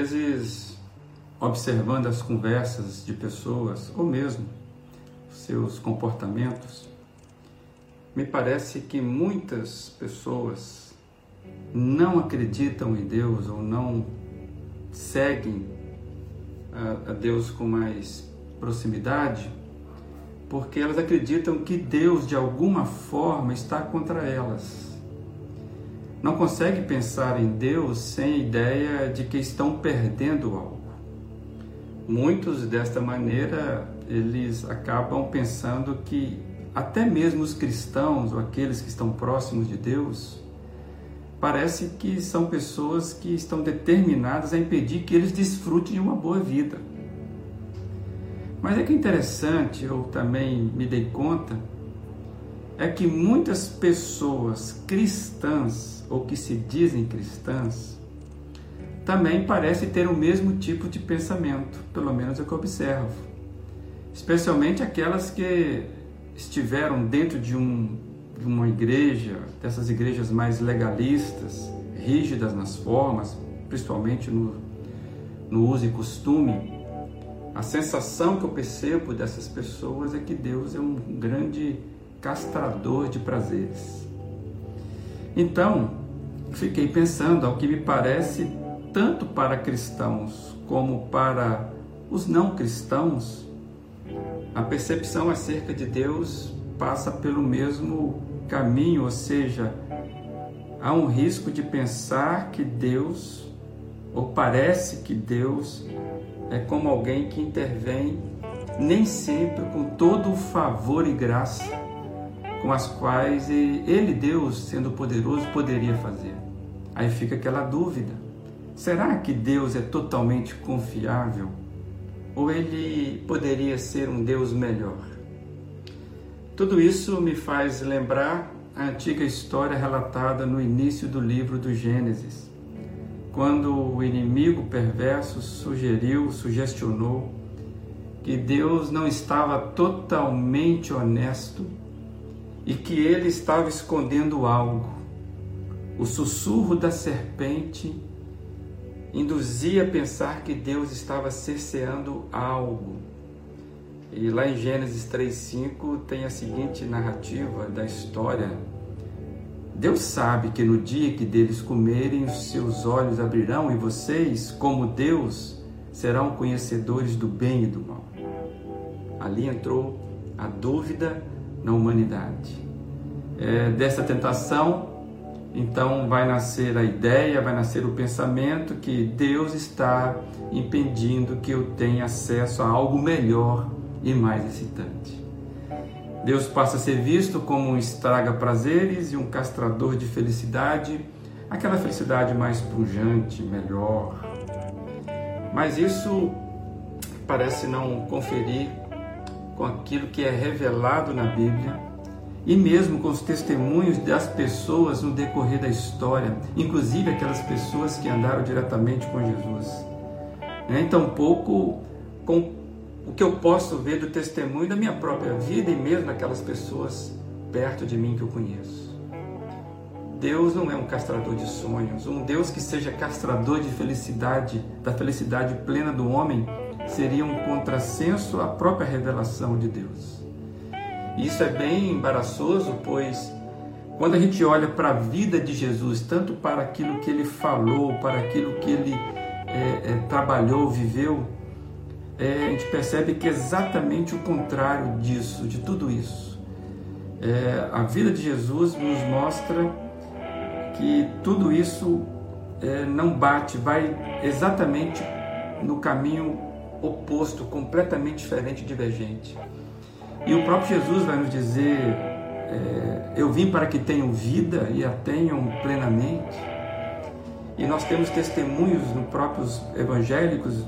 vezes, observando as conversas de pessoas, ou mesmo seus comportamentos, me parece que muitas pessoas não acreditam em Deus ou não seguem a Deus com mais proximidade, porque elas acreditam que Deus, de alguma forma, está contra elas. Não conseguem pensar em Deus sem a ideia de que estão perdendo algo. Muitos, desta maneira, eles acabam pensando que até mesmo os cristãos, ou aqueles que estão próximos de Deus, parece que são pessoas que estão determinadas a impedir que eles desfrutem de uma boa vida. Mas é que interessante, eu também me dei conta, é que muitas pessoas cristãs, ou que se dizem cristãs, também parecem ter o mesmo tipo de pensamento, pelo menos é o que eu observo. Especialmente aquelas que estiveram dentro de uma igreja, dessas igrejas mais legalistas, rígidas nas formas, principalmente no uso e costume. A sensação que eu percebo dessas pessoas é que Deus é um grande castrador de prazeres. Então, fiquei pensando, ao que me parece, tanto para cristãos como para os não cristãos, a percepção acerca de Deus passa pelo mesmo caminho, ou seja, há um risco de pensar que Deus, ou parece que Deus, é como alguém que intervém nem sempre com todo o favor e graça com as quais Ele, Deus, sendo poderoso, poderia fazer. Aí fica aquela dúvida: será que Deus é totalmente confiável? Ou Ele poderia ser um Deus melhor? Tudo isso me faz lembrar a antiga história relatada no início do livro do Gênesis, quando o inimigo perverso sugestionou que Deus não estava totalmente honesto e que ele estava escondendo algo. O sussurro da serpente induzia a pensar que Deus estava cerceando algo. E lá em Gênesis 3:5 tem a seguinte narrativa da história: Deus sabe que no dia que deles comerem, os seus olhos abrirão e vocês, como Deus, serão conhecedores do bem e do mal. Ali entrou a dúvida na humanidade. Dessa tentação, então, vai nascer a ideia, vai nascer o pensamento que Deus está impedindo que eu tenha acesso a algo melhor e mais excitante. Deus passa a ser visto como um estraga-prazeres e um castrador de felicidade, aquela felicidade mais pujante, melhor. Mas isso parece não conferir com aquilo que é revelado na Bíblia e mesmo com os testemunhos das pessoas no decorrer da história, inclusive aquelas pessoas que andaram diretamente com Jesus. Então, pouco com o que eu posso ver do testemunho da minha própria vida e mesmo daquelas pessoas perto de mim que eu conheço. Deus não é um castrador de sonhos. Um Deus que seja castrador de felicidade, da felicidade plena do homem, seria um contrassenso à própria revelação de Deus. E isso é bem embaraçoso, pois quando a gente olha para a vida de Jesus, tanto para aquilo que ele falou, para aquilo que ele trabalhou, viveu, a gente percebe que é exatamente o contrário disso, de tudo isso. A vida de Jesus nos mostra que tudo isso não bate, vai exatamente no caminho oposto, completamente diferente, divergente. E o próprio Jesus vai nos dizer: eu vim para que tenham vida e a tenham plenamente. E nós temos testemunhos nos próprios evangelhos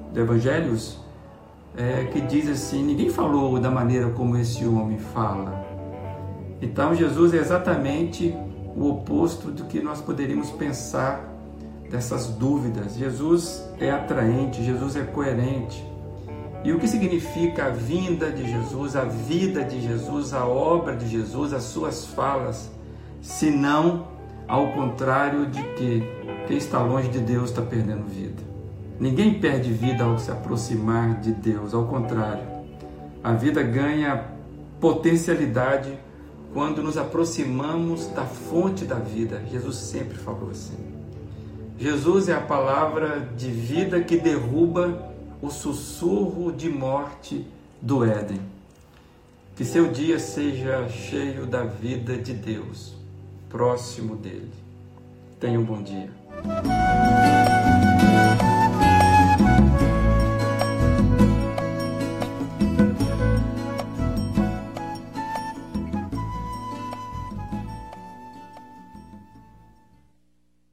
que diz assim: ninguém falou da maneira como esse homem fala. Então Jesus é exatamente o oposto do que nós poderíamos pensar dessas dúvidas. Jesus é atraente, Jesus é coerente. E o que significa a vinda de Jesus, a vida de Jesus, a obra de Jesus, as suas falas, se não ao contrário de que quem está longe de Deus está perdendo vida. Ninguém perde vida ao se aproximar de Deus, ao contrário. A vida ganha potencialidade quando nos aproximamos da fonte da vida. Jesus sempre falou assim. Jesus é a palavra de vida que derruba o sussurro de morte do Éden. Que seu dia seja cheio da vida de Deus, próximo dele. Tenha um bom dia.